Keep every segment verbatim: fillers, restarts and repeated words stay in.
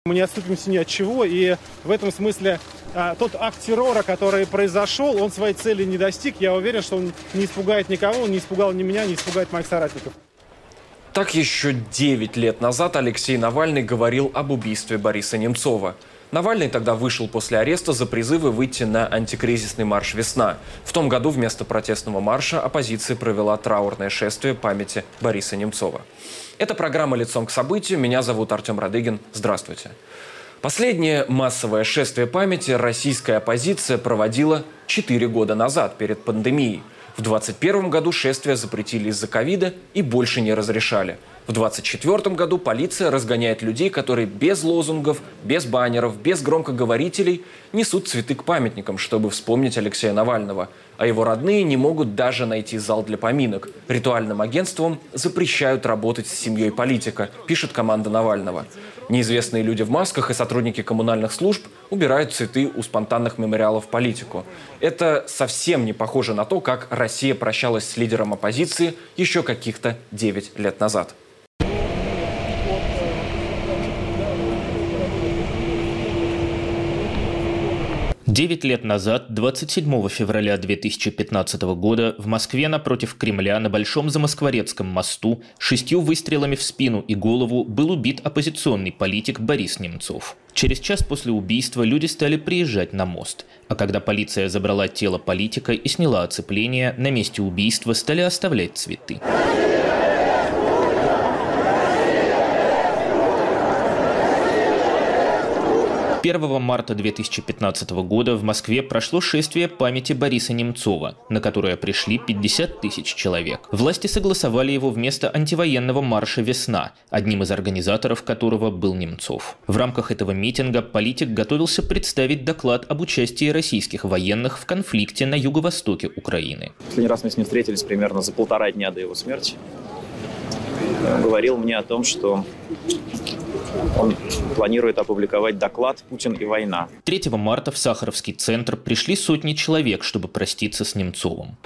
Мы не отступимся ни от чего, и в этом смысле а, тот акт террора, который произошел, он своей цели не достиг. Я уверен, что он не испугает никого, он не испугал ни меня, не испугает моих соратников. Так еще девять лет назад Алексей Навальный говорил об убийстве Бориса Немцова. Навальный тогда вышел после ареста за призывы выйти на антикризисный марш «Весна». В том году вместо протестного марша оппозиция провела траурное шествие памяти Бориса Немцова. Это программа «Лицом к событию». Меня зовут Артем Радыгин. Здравствуйте. Последнее массовое шествие памяти российская оппозиция проводила четыре года назад, перед пандемией. В двадцать первом году шествие запретили из-за ковида и больше не разрешали. В двадцать четвёртом году полиция разгоняет людей, которые без лозунгов, без баннеров, без громкоговорителей несут цветы к памятникам, чтобы вспомнить Алексея Навального. А его родные не могут даже найти зал для поминок. Ритуальным агентствам запрещают работать с семьей политика, пишет команда Навального. Неизвестные люди в масках и сотрудники коммунальных служб убирают цветы у спонтанных мемориалов политику. Это совсем не похоже на то, как Россия прощалась с лидером оппозиции еще каких-то девять лет назад. Девять лет назад, двадцать седьмого февраля две тысячи пятнадцатого года, в Москве напротив Кремля на Большом Замоскворецком мосту шестью выстрелами в спину и голову был убит оппозиционный политик Борис Немцов. Через час после убийства люди стали приезжать на мост. А когда полиция забрала тело политика и сняла оцепление, на месте убийства стали оставлять цветы. первого марта две тысячи пятнадцатого года в Москве прошло шествие памяти Бориса Немцова, на которое пришли пятьдесят тысяч человек. Власти согласовали его вместо антивоенного марша «Весна», одним из организаторов которого был Немцов. В рамках этого митинга политик готовился представить доклад об участии российских военных в конфликте на юго-востоке Украины. Последний раз мы с ним встретились примерно за полтора дня до его смерти. Он говорил мне о том, что он планирует опубликовать доклад «Путин и война». третьего марта в Сахаровский центр пришли сотни человек, чтобы проститься с Немцовым.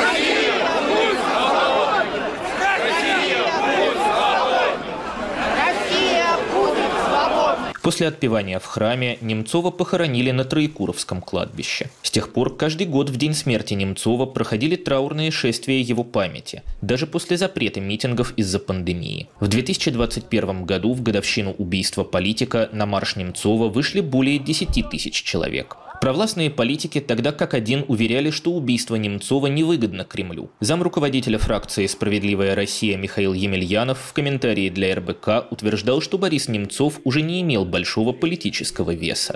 После отпевания в храме Немцова похоронили на Троекуровском кладбище. С тех пор каждый год в день смерти Немцова проходили траурные шествия его памяти, даже после запрета митингов из-за пандемии. В две тысячи двадцать первом году в годовщину убийства политика на марш Немцова вышли более десяти тысяч человек. Провластные политики тогда как один уверяли, что убийство Немцова невыгодно Кремлю. Замруководителя фракции «Справедливая Россия» Михаил Емельянов в комментарии для эр бэ ка утверждал, что Борис Немцов уже не имел большого политического веса.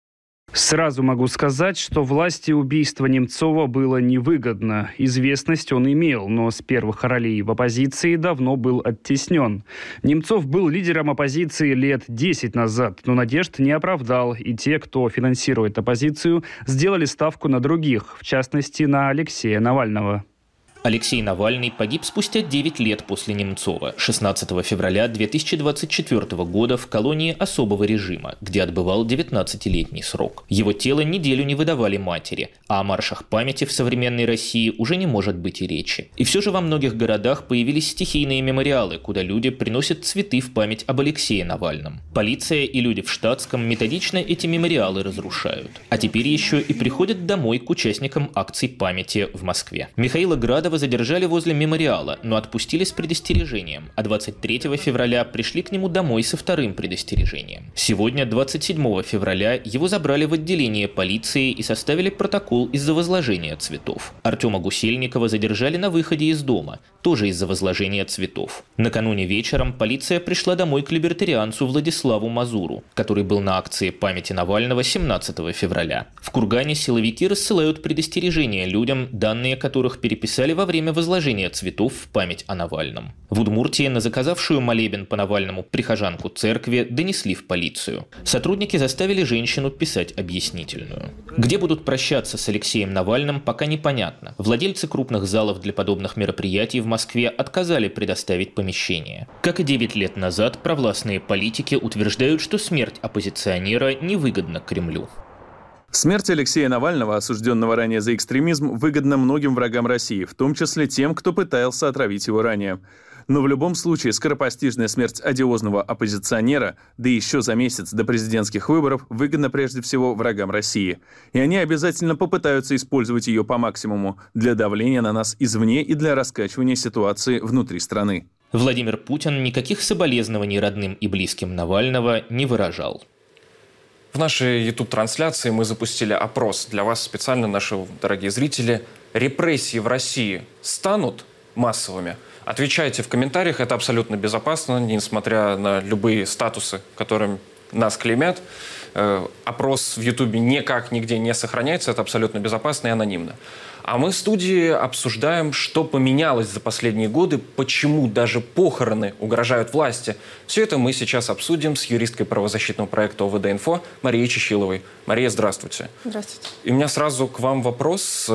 Сразу могу сказать, что власти убийство Немцова было невыгодно. Известность он имел, но с первых ролей в оппозиции давно был оттеснен. Немцов был лидером оппозиции лет десять назад, но надежд не оправдал, и те, кто финансирует оппозицию, сделали ставку на других, в частности, на Алексея Навального. Алексей Навальный погиб спустя девять лет после Немцова, шестнадцатого февраля две тысячи двадцать четвёртого года в колонии особого режима, где отбывал девятнадцатилетний срок. Его тело неделю не выдавали матери, а о маршах памяти в современной России уже не может быть и речи. И все же во многих городах появились стихийные мемориалы, куда люди приносят цветы в память об Алексее Навальном. Полиция и люди в штатском методично эти мемориалы разрушают. А теперь еще и приходят домой к участникам акций памяти в Москве. Михаила Градова задержали возле мемориала, но отпустили с предостережением, а двадцать третьего февраля пришли к нему домой со вторым предостережением. Сегодня, двадцать седьмого февраля, его забрали в отделение полиции и составили протокол из-за возложения цветов. Артема Гусельникова задержали на выходе из дома, тоже из-за возложения цветов. Накануне вечером полиция пришла домой к либертарианцу Владиславу Мазуру, который был на акции памяти Навального семнадцатого февраля. В Кургане силовики рассылают предостережения людям, данные которых переписали во время возложения цветов в память о Навальном. В Удмуртии на заказавшую молебен по Навальному прихожанку церкви донесли в полицию. Сотрудники заставили женщину писать объяснительную. Где будут прощаться с Алексеем Навальным, пока непонятно. Владельцы крупных залов для подобных мероприятий в Москве отказали предоставить помещение. Как и девять лет назад, провластные политики утверждают, что смерть оппозиционера невыгодна Кремлю. Смерть Алексея Навального, осужденного ранее за экстремизм, выгодна многим врагам России, в том числе тем, кто пытался отравить его ранее. Но в любом случае скоропостижная смерть одиозного оппозиционера, да еще за месяц до президентских выборов, выгодна прежде всего врагам России. И они обязательно попытаются использовать ее по максимуму для давления на нас извне и для раскачивания ситуации внутри страны. Владимир Путин никаких соболезнований родным и близким Навального не выражал. В нашей YouTube-трансляции мы запустили опрос для вас специально, наши дорогие зрители. Репрессии в России станут массовыми? Отвечайте в комментариях, это абсолютно безопасно, несмотря на любые статусы, которым нас клеймят. Э, опрос в Ютубе никак нигде не сохраняется, это абсолютно безопасно и анонимно. А мы в студии обсуждаем, что поменялось за последние годы, почему даже похороны угрожают власти. Все это мы сейчас обсудим с юристкой правозащитного проекта ОВД-Инфо Марией Чищиловой. Мария, здравствуйте. Здравствуйте. И у меня сразу к вам вопрос.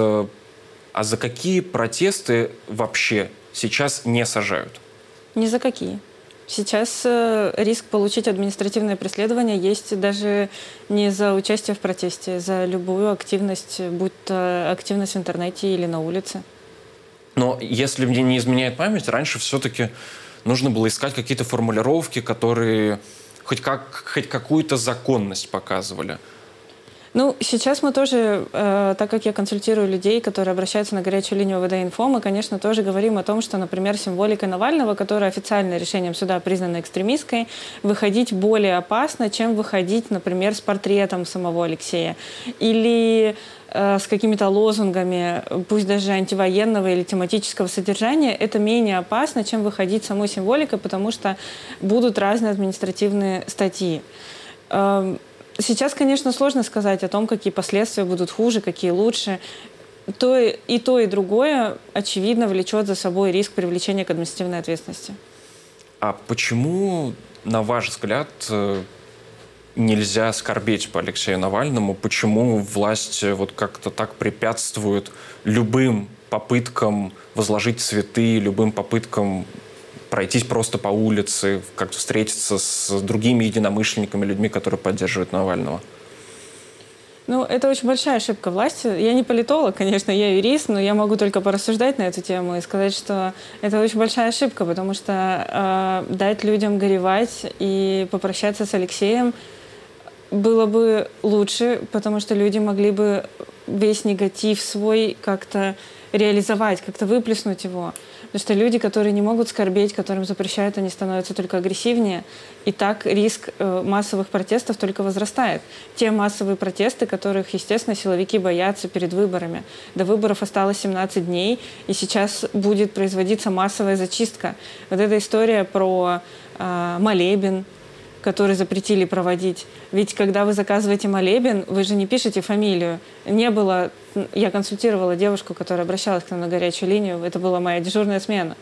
А за какие протесты вообще сейчас не сажают? Ни за какие. Сейчас э, риск получить административное преследование есть даже не за участие в протесте, за любую активность, будь то активность в интернете или на улице. Но если мне не изменяет память, раньше все-таки нужно было искать какие-то формулировки, которые хоть, как, хоть какую-то законность показывали. Ну, сейчас мы тоже, э, так как я консультирую людей, которые обращаются на горячую линию ОВД-Инфо, мы, конечно, тоже говорим о том, что, например, символика Навального, которая официально решением суда признана экстремистской, выходить более опасно, чем выходить, например, с портретом самого Алексея. Или э, с какими-то лозунгами, пусть даже антивоенного или тематического содержания, это менее опасно, чем выходить самой символикой, потому что будут разные административные статьи. Э, Сейчас, конечно, сложно сказать о том, какие последствия будут хуже, какие лучше. То и то, и другое, очевидно, влечет за собой риск привлечения к административной ответственности. А почему, на ваш взгляд, нельзя скорбеть по Алексею Навальному? Почему власть вот как-то так препятствует любым попыткам возложить цветы, любым попыткам пройтись просто по улице, как-то встретиться с другими единомышленниками, людьми, которые поддерживают Навального? Ну, это очень большая ошибка власти. Я не политолог, конечно, я юрист, но я могу только порассуждать на эту тему и сказать, что это очень большая ошибка, потому что э, дать людям горевать и попрощаться с Алексеем было бы лучше, потому что люди могли бы весь негатив свой как-то реализовать, как-то выплеснуть его. Потому что люди, которые не могут скорбеть, которым запрещают, они становятся только агрессивнее. И так риск э, массовых протестов только возрастает. Те массовые протесты, которых, естественно, силовики боятся перед выборами. До выборов осталось семнадцать дней, и сейчас будет производиться массовая зачистка. Вот эта история про э, молебен, который запретили проводить. Ведь когда вы заказываете молебен, вы же не пишете фамилию. Не было... Я консультировала девушку, которая обращалась к нам на горячую линию. Это была моя дежурная смена.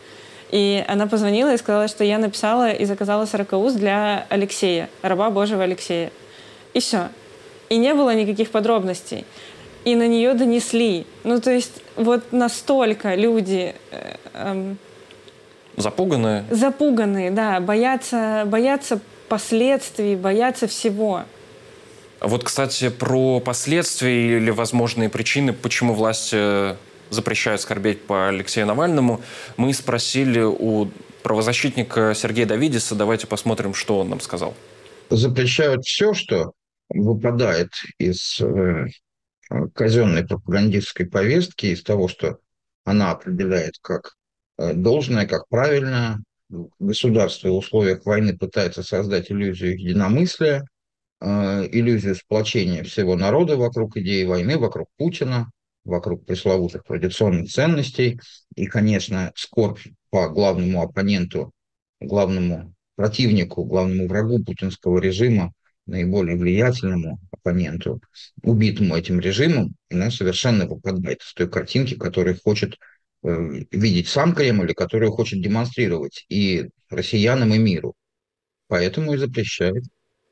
И она позвонила и сказала, что я написала и заказала сорокауст для Алексея, раба Божьего Алексея. И все. И не было никаких подробностей. И на нее донесли. Ну, то есть вот настолько люди... Э, э, Запуганные? Запуганные, да. Боятся, боятся последствий, боятся всего. Вот, кстати, про последствия или возможные причины, почему власти запрещают скорбеть по Алексею Навальному, мы спросили у правозащитника Сергея Давидиса. Давайте посмотрим, что он нам сказал. Запрещают все, что выпадает из э, казенной пропагандистской повестки, из того, что она определяет как э, должное, как правильное. Государство в условиях войны пытается создать иллюзию единомыслия, э, иллюзию сплочения всего народа вокруг идеи войны, вокруг Путина, вокруг пресловутых традиционных ценностей. И, конечно, скорбь по главному оппоненту, главному противнику, главному врагу путинского режима, наиболее влиятельному оппоненту, убитому этим режимом, она совершенно выпадает из той картинки, которую хочет видеть сам Кремль, которую хочет демонстрировать и россиянам, и миру. Поэтому и запрещает.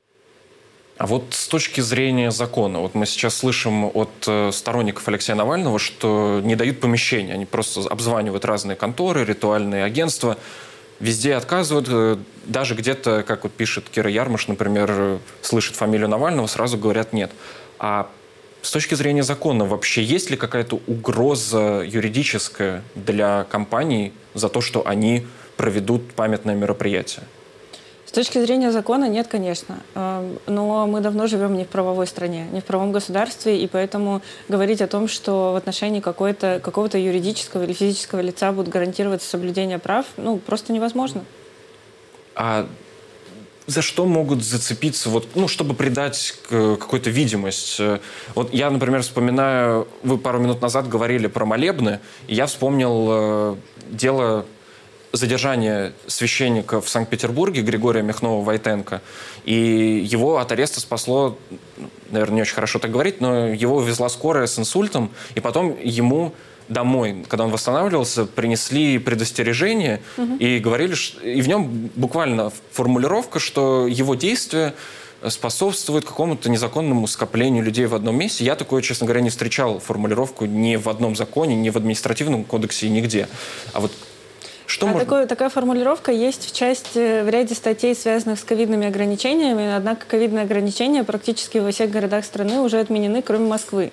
А вот с точки зрения закона, вот мы сейчас слышим от сторонников Алексея Навального, что не дают помещения, они просто обзванивают разные конторы, ритуальные агентства, везде отказывают, даже где-то, как вот пишет Кира Ярмаш, например, слышит фамилию Навального, сразу говорят нет. А с точки зрения закона, вообще есть ли какая-то угроза юридическая для компаний за то, что они проведут памятное мероприятие? С точки зрения закона нет, конечно. Но мы давно живем не в правовой стране, не в правом государстве, и поэтому говорить о том, что в отношении какой-то, какого-то юридического или физического лица будут гарантироваться соблюдение прав, ну, просто невозможно. А за что могут зацепиться, вот, ну, чтобы придать какую-то видимость? Вот я, например, вспоминаю, вы пару минут назад говорили про молебны, и я вспомнил дело задержания священника в Санкт-Петербурге Григория Михнова-Войтенко. И его от ареста спасло, наверное, не очень хорошо так говорить, но его увезла скорая с инсультом, и потом ему домой, когда он восстанавливался, принесли предостережение угу. и говорили, что, и в нем буквально формулировка, что его действия способствует какому-то незаконному скоплению людей в одном месте. Я такое, честно говоря, не встречал формулировку ни в одном законе, ни в административном кодексе, нигде. А вот что а можно... такое, такая формулировка есть в части, в ряде статей, связанных с ковидными ограничениями, однако ковидные ограничения практически во всех городах страны уже отменены, кроме Москвы.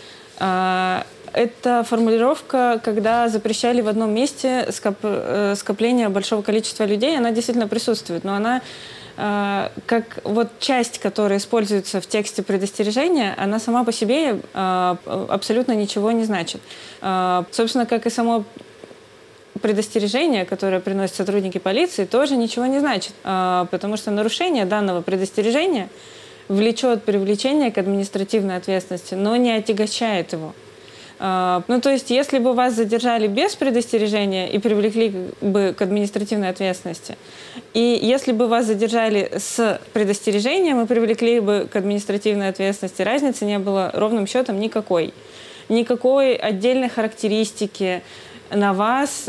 Это формулировка, когда запрещали в одном месте скоп... скопление большого количества людей, она действительно присутствует, но она как вот часть, которая используется в тексте предостережения, она сама по себе абсолютно ничего не значит. Собственно, как и само предостережение, которое приносят сотрудники полиции, тоже ничего не значит, потому что нарушение данного предостережения влечет привлечение к административной ответственности, но не отягощает его. Ну, то есть, если бы вас задержали без предостережения и привлекли бы к административной ответственности, и если бы вас задержали с предостережением и привлекли бы к административной ответственности, разницы не было ровным счетом никакой. Никакой отдельной характеристики на вас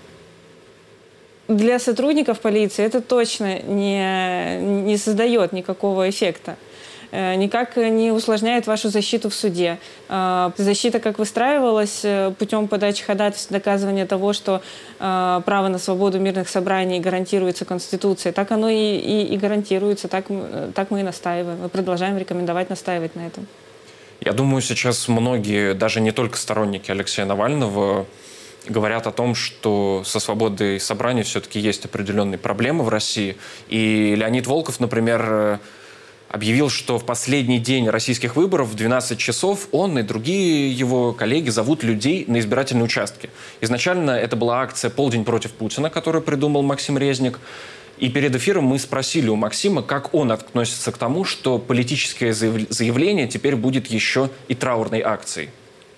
для сотрудников полиции это точно не, не создает никакого эффекта. Никак не усложняет вашу защиту в суде. Защита как выстраивалась путем подачи ходатайств, доказывания того, что право на свободу мирных собраний гарантируется Конституцией, так оно и, и, и гарантируется, так, так мы и настаиваем. Мы продолжаем рекомендовать настаивать на этом. Я думаю, сейчас многие, даже не только сторонники Алексея Навального, говорят о том, что со свободой собраний все-таки есть определенные проблемы в России. И Леонид Волков, например, объявил, что в последний день российских выборов в двенадцать часов он и другие его коллеги зовут людей на избирательные участки. Изначально это была акция «Полдень против Путина», которую придумал Максим Резник. И перед эфиром мы спросили у Максима, как он относится к тому, что политическое заявление теперь будет еще и траурной акцией.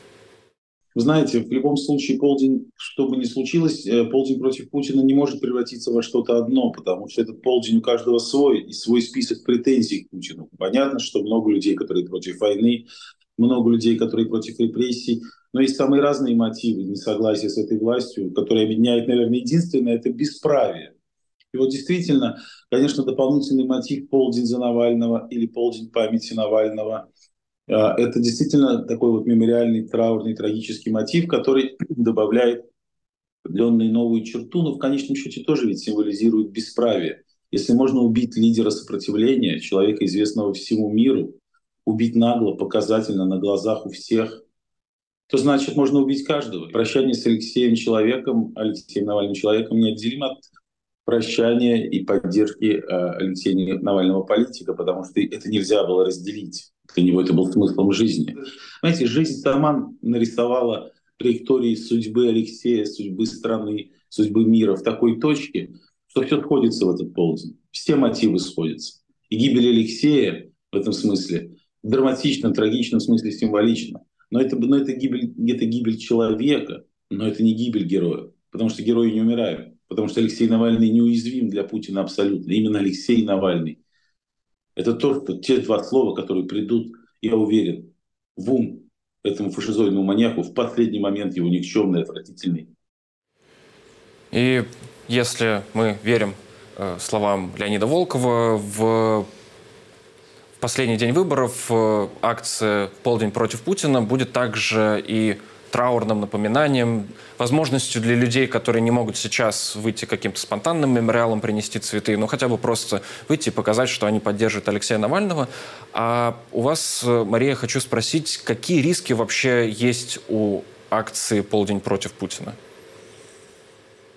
Вы знаете, в любом случае полдень, что бы ни случилось, полдень против Путина не может превратиться во что-то одно, потому что этот полдень у каждого свой, и свой список претензий к Путину. Понятно, что много людей, которые против войны, много людей, которые против репрессий, но есть самые разные мотивы несогласия с этой властью, которые объединяют, наверное, единственное – это бесправие. И вот действительно, конечно, дополнительный мотив «Полдень за Навального» или «Полдень памяти Навального» – это действительно такой вот мемориальный, траурный, трагический мотив, который добавляет определенную новую черту, но в конечном счете тоже ведь символизирует бесправие. Если можно убить лидера сопротивления, человека, известного всему миру, убить нагло, показательно, на глазах у всех, то значит, можно убить каждого. Прощание с Алексеем человеком, Алексеем Навальным человеком неотделимо от прощания и поддержки Алексея Навального политика, потому что это нельзя было разделить. Для него это был смыслом жизни. Знаете, жизнь сама нарисовала траектории судьбы Алексея, судьбы страны, судьбы мира в такой точке, что все сходится в этот полдень. Все мотивы сходятся. И гибель Алексея в этом смысле в драматичном, трагичном смысле символична. Но это, но это, гибель, это гибель человека, но это не гибель героя. Потому что герои не умирают. Потому что Алексей Навальный неуязвим для Путина абсолютно. Именно Алексей Навальный. Это то, что те два слова, которые придут, я уверен, в ум этому фашизоидному маньяку в последний момент его никчемный, отвратительный. И если мы верим э, словам Леонида Волкова, в, в последний день выборов э, акция «Полдень против Путина» будет также и траурным напоминанием, возможностью для людей, которые не могут сейчас выйти каким-то спонтанным мемориалом, принести цветы, но хотя бы просто выйти и показать, что они поддерживают Алексея Навального. А у вас, Мария, хочу спросить, какие риски вообще есть у акции «Полдень против Путина»?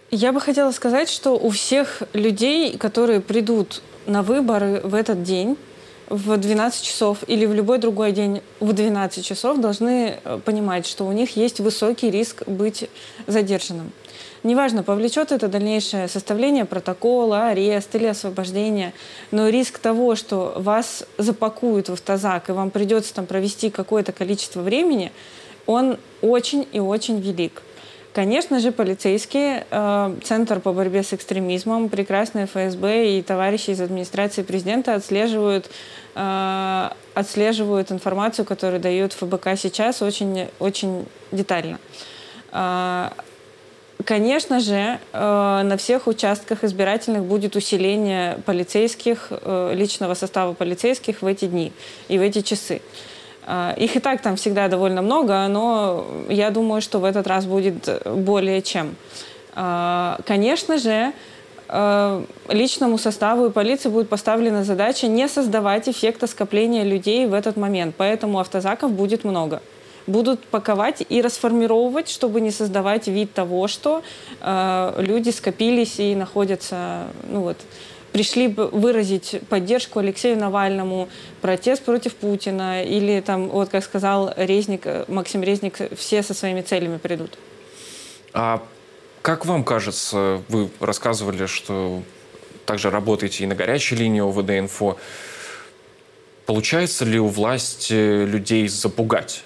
Я бы хотела сказать, что у всех людей, которые придут на выборы в этот день, в двенадцать часов или в любой другой день в двенадцать часов, должны понимать, что у них есть высокий риск быть задержанным. Неважно, повлечет это дальнейшее составление протокола, арест или освобождение, но риск того, что вас запакуют в автозак и вам придется там провести какое-то количество времени, он очень и очень велик. Конечно же, полицейские, э, Центр по борьбе с экстремизмом, прекрасные эф эс бэ и товарищи из администрации президента отслеживают, э, отслеживают информацию, которую дают эф бэ ка сейчас, очень, очень детально. Э, конечно же, э, на всех участках избирательных будет усиление полицейских, э, личного состава полицейских в эти дни и в эти часы. Их и так там всегда довольно много, но я думаю, что в этот раз будет более чем. Конечно же, личному составу и полиции будет поставлена задача не создавать эффекта скопления людей в этот момент, поэтому автозаков будет много. Будут паковать и расформировывать, чтобы не создавать вид того, что люди скопились и находятся, ну вот, пришли выразить поддержку Алексею Навальному, протест против Путина, или там, вот как сказал Резник, Максим Резник, все со своими целями придут. А как вам кажется, вы рассказывали, что также работаете и на горячей линии о вэ дэ инфо, получается ли у власти людей запугать?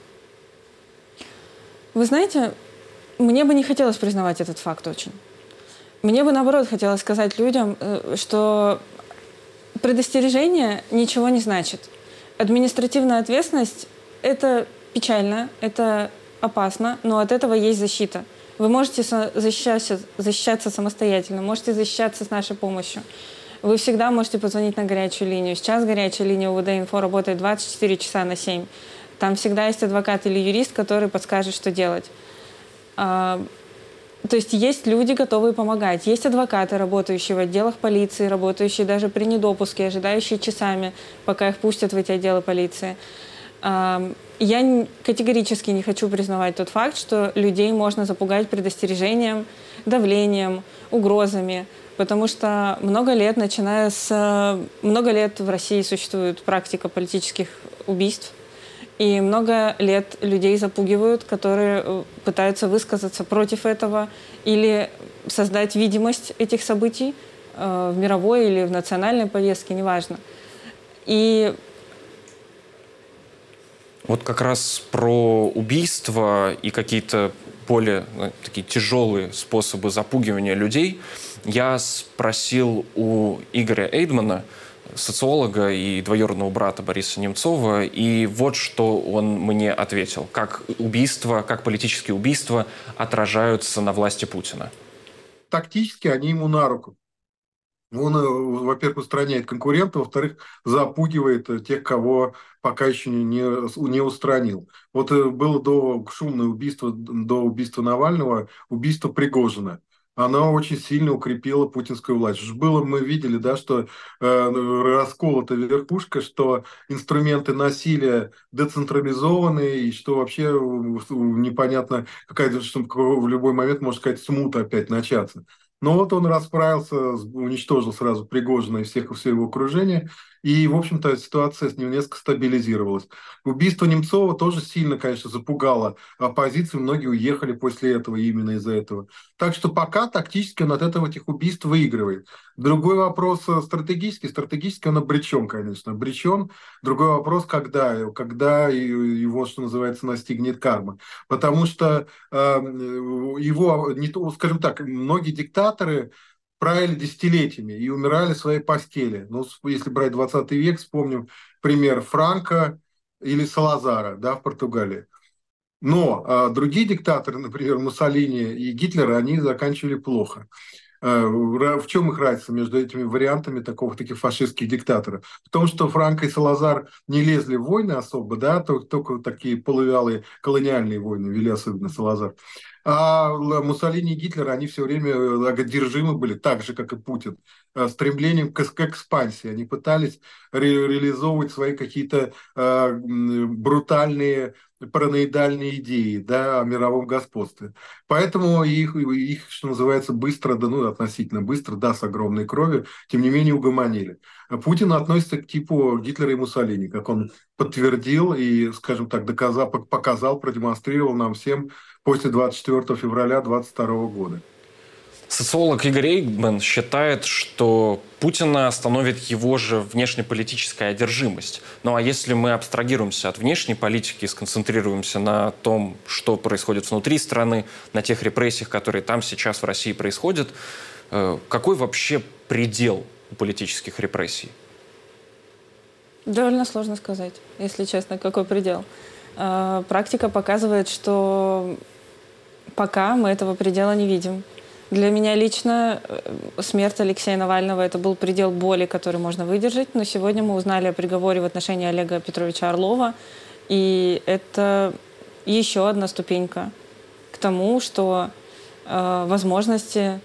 Вы знаете, мне бы не хотелось признавать этот факт очень. Мне бы, наоборот, хотелось сказать людям, что предостережение ничего не значит. Административная ответственность – это печально, это опасно, но от этого есть защита. Вы можете защищаться, защищаться самостоятельно, можете защищаться с нашей помощью. Вы всегда можете позвонить на горячую линию. Сейчас горячая линия о вэ дэ инфо работает двадцать четыре часа на семь. Там всегда есть адвокат или юрист, который подскажет, что делать. То есть есть люди, готовые помогать. Есть адвокаты, работающие в отделах полиции, работающие даже при недопуске, ожидающие часами, пока их пустят в эти отделы полиции. Я категорически не хочу признавать тот факт, что людей можно запугать предостережением, давлением, угрозами, потому что много лет, начиная с... Много лет в России существует практика политических убийств. И много лет людей запугивают, которые пытаются высказаться против этого или создать видимость этих событий э, в мировой или в национальной повестке, неважно. И вот как раз про убийства и какие-то более ну, такие тяжелые способы запугивания людей я спросил у Игоря Эйдмана, социолога и двоюродного брата Бориса Немцова, и вот что он мне ответил. Как убийства, как политические убийства отражаются на власти Путина? Тактически они ему на руку. Он, во-первых, устраняет конкурентов, во-вторых, запугивает тех, кого пока еще не, не устранил. Вот было до шумное убийство, до убийства Навального, убийство Пригожина. Оно очень сильно укрепило путинскую власть. Уж было, мы видели, да, что э, расколота верхушка, что инструменты насилия децентрализованы, и что вообще непонятно, какая-то, что в любой момент может какая-то смута опять начаться. Но вот он расправился, уничтожил сразу Пригожина и всех, все его окружение, и, в общем-то, ситуация с ним несколько стабилизировалась. Убийство Немцова тоже сильно, конечно, запугало оппозицию, многие уехали после этого именно из-за этого. Так что пока тактически он от этого этих убийств выигрывает. Другой вопрос стратегический. Стратегически он обречен, конечно, обречен. Другой вопрос, когда, когда его, что называется, настигнет карма. Потому что э, его, не то, скажем так, многие диктаторы правили десятилетиями и умирали в своей постели. Ну, если брать двадцатый век, вспомним пример Франко или Салазара, да, в Португалии. Но а, другие диктаторы, например, Муссолини и Гитлер, они заканчивали плохо. В чем их разница между этими вариантами такого, таких фашистских диктаторов? В том, что Франко и Салазар не лезли в войны особо, да, только такие полувялые колониальные войны вели, особенно Салазар. А Муссолини и Гитлер, они все время одержимы были, так же, как и Путин, стремлением к, к экспансии. Они пытались ре реализовывать свои какие-то э, брутальные параноидальные идеи, да, о мировом господстве. Поэтому их, их, что называется, быстро, да, ну, относительно быстро, да, с огромной кровью, тем не менее угомонили. Путин относится к типу Гитлера и Муссолини, как он подтвердил и, скажем так, доказал, показал, продемонстрировал нам всем после двадцать четвёртого февраля две тысячи двадцать второго года. Социолог Игорь Эйгман считает, что Путина остановит его же внешнеполитическая одержимость. Ну а если мы абстрагируемся от внешней политики и сконцентрируемся на том, что происходит внутри страны, на тех репрессиях, которые там сейчас в России происходят, какой вообще предел у политических репрессий? Довольно сложно сказать, если честно, какой предел. Практика показывает, что пока мы этого предела не видим. Для меня лично смерть Алексея Навального – это был предел боли, который можно выдержать. Но сегодня мы узнали о приговоре в отношении Олега Петровича Орлова. И это еще одна ступенька к тому, что э, возможности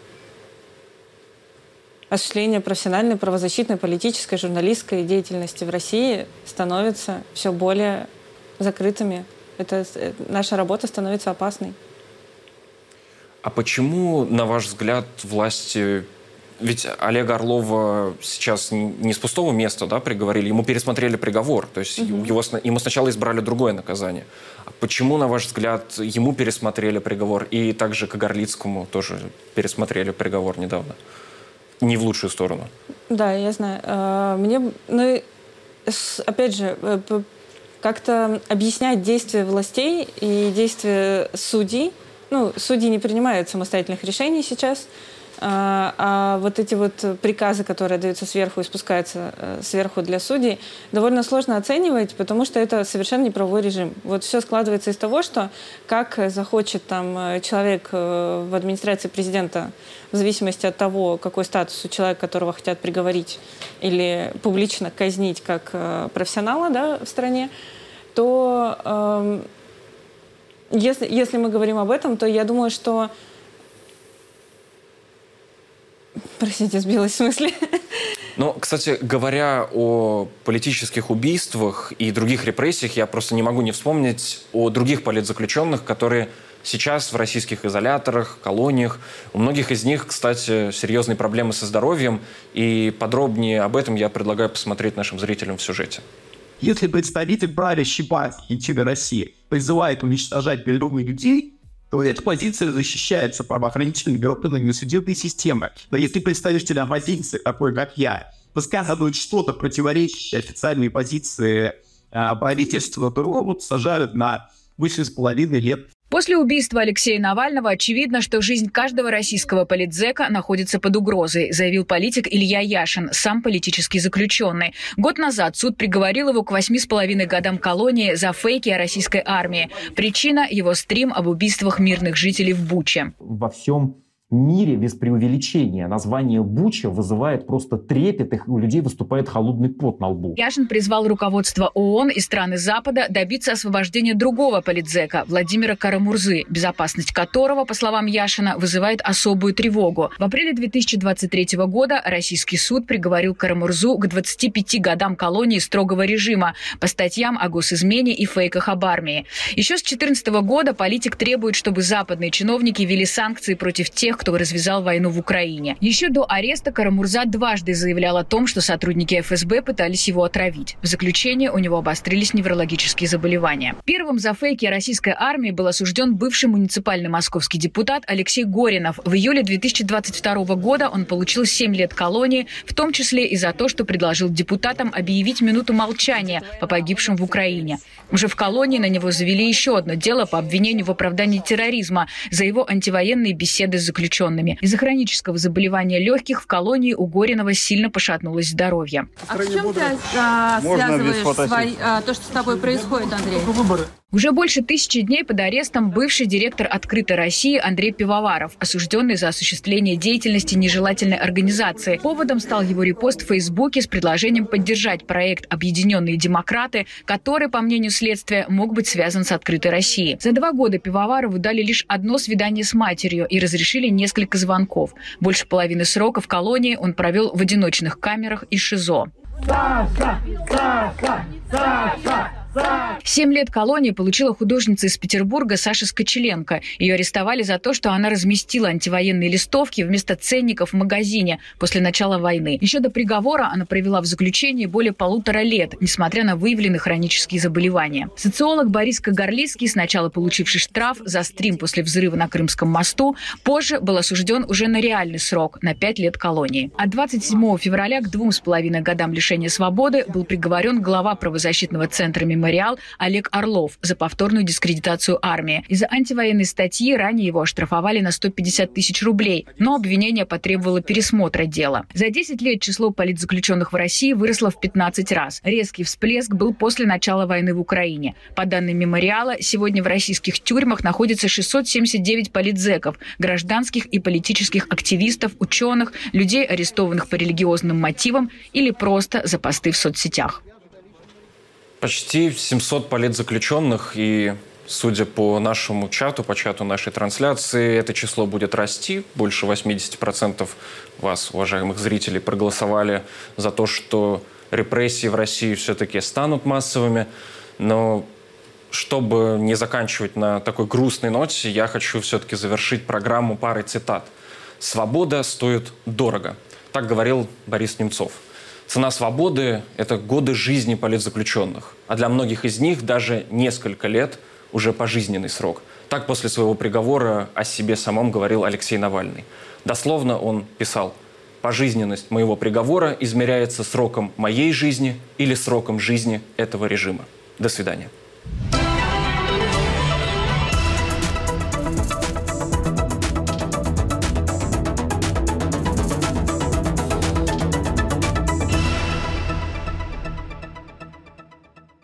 осуществления профессиональной, правозащитной, политической, журналистской деятельности в России становятся все более закрытыми. Это, наша работа становится опасной. А почему, на ваш взгляд, власти... Ведь Олега Орлова сейчас не с пустого места, да, приговорили, ему пересмотрели приговор, то есть угу. его, ему сначала избрали другое наказание. А почему, на ваш взгляд, ему пересмотрели приговор и также Кагарлицкому тоже пересмотрели приговор недавно? Не в лучшую сторону. Да, я знаю. Мне, ну, опять же, как-то объяснять действия властей и действия судей. Ну, судьи не принимают самостоятельных решений сейчас, а, а вот эти вот приказы, которые даются сверху и спускаются сверху для судей, довольно сложно оценивать, потому что это совершенно неправовой режим. Вот все складывается из того, что как захочет там человек в администрации президента, в зависимости от того, какой статус у человека, которого хотят приговорить или публично казнить как профессионала, да, в стране, то... Э, Если, если мы говорим об этом, то я думаю, что... Простите, сбилась в смысле. Ну, кстати, говоря о политических убийствах и других репрессиях, я просто не могу не вспомнить о других политзаключенных, которые сейчас в российских изоляторах, колониях. У многих из них, кстати, серьезные проблемы со здоровьем. И подробнее об этом я предлагаю посмотреть нашим зрителям в сюжете. Если представитель правящей партии «Единая Россия» призывает уничтожать миллионы людей, то эта позиция защищается правоохранительными органами судебной системы. Но если представитель оппозиции, такой как я, высказывает что-то противоречащее официальной позиции а, правительства, то его сажают на выше с половиной лет. После убийства Алексея Навального очевидно, что жизнь каждого российского политзека находится под угрозой, заявил политик Илья Яшин, сам политический заключенный. Год назад суд приговорил его к восьми с половиной годам колонии за фейки о российской армии. Причина – его стрим об убийствах мирных жителей в Буче. Во всем мире, без преувеличения, название Буча вызывает просто трепет, и у людей выступает холодный пот на лбу. Яшин призвал руководство ООН и страны Запада добиться освобождения другого политзека Владимира Кара-Мурзы, безопасность которого, по словам Яшина, вызывает особую тревогу. В апреле две тысячи двадцать третьего года российский суд приговорил Кара-Мурзу к двадцати пяти годам колонии строгого режима по статьям о госизмене и фейках об армии. Еще с две тысячи четырнадцатого года политик требует, чтобы западные чиновники ввели санкции против тех, кто развязал войну в Украине. Еще до ареста Кара-Мурза дважды заявлял о том, что сотрудники эф эс бэ пытались его отравить. В заключение у него обострились неврологические заболевания. Первым за фейки о российской армии был осужден бывший муниципальный московский депутат Алексей Горинов. В июле две тысячи двадцать второго года он получил семь лет колонии, в том числе и за то, что предложил депутатам объявить минуту молчания по погибшим в Украине. Уже в колонии на него завели еще одно дело по обвинению в оправдании терроризма за его антивоенные беседы с заключенными. Из-за хронического заболевания легких в колонии у Горинова сильно пошатнулось здоровье. А в чем ты а, связываешь свои, а, то, что с тобой происходит, Андрей? Уже больше тысячи дней под арестом бывший директор «Открытой России» Андрей Пивоваров, осужденный за осуществление деятельности нежелательной организации. Поводом стал его репост в Фейсбуке с предложением поддержать проект «Объединенные демократы», который, по мнению следствия, мог быть связан с «Открытой Россией». За два года Пивоварову дали лишь одно свидание с матерью и разрешили несколько звонков. Больше половины срока в колонии он провел в одиночных камерах и ШИЗО. Саша! Саша! Саша! Саша! Семь лет колонии получила художница из Петербурга Саша Скочеленко. Ее арестовали за то, что она разместила антивоенные листовки вместо ценников в магазине после начала войны. Еще до приговора она провела в заключении более полутора лет, несмотря на выявленные хронические заболевания. Социолог Борис Кагарлицкий, сначала получивший штраф за стрим после взрыва на Крымском мосту, позже был осужден уже на реальный срок – на пять лет колонии. А двадцать седьмого февраля к двум с половиной годам лишения свободы был приговорен глава правозащитного центра «Мемориал» Олег Орлов за повторную дискредитацию армии. Из-за антивоенной статьи ранее его оштрафовали на сто пятьдесят тысяч рублей, но обвинение потребовало пересмотра дела. За десять лет число политзаключенных в России выросло в пятнадцать раз. Резкий всплеск был после начала войны в Украине. По данным «Мемориала», сегодня в российских тюрьмах находится шестьсот семьдесят девять политзеков, гражданских и политических активистов, ученых, людей, арестованных по религиозным мотивам или просто за посты в соцсетях. Почти семьсот политзаключенных, и, судя по нашему чату, по чату нашей трансляции, это число будет расти. Больше восемьдесят процентов вас, уважаемых зрителей, проголосовали за то, что репрессии в России все-таки станут массовыми. Но чтобы не заканчивать на такой грустной ноте, я хочу все-таки завершить программу парой цитат. «Свобода стоит дорого». Так говорил Борис Немцов. Цена свободы – это годы жизни политзаключенных, а для многих из них даже несколько лет – уже пожизненный срок. Так после своего приговора о себе самом говорил Алексей Навальный. Дословно он писал: «Пожизненность моего приговора измеряется сроком моей жизни или сроком жизни этого режима». До свидания.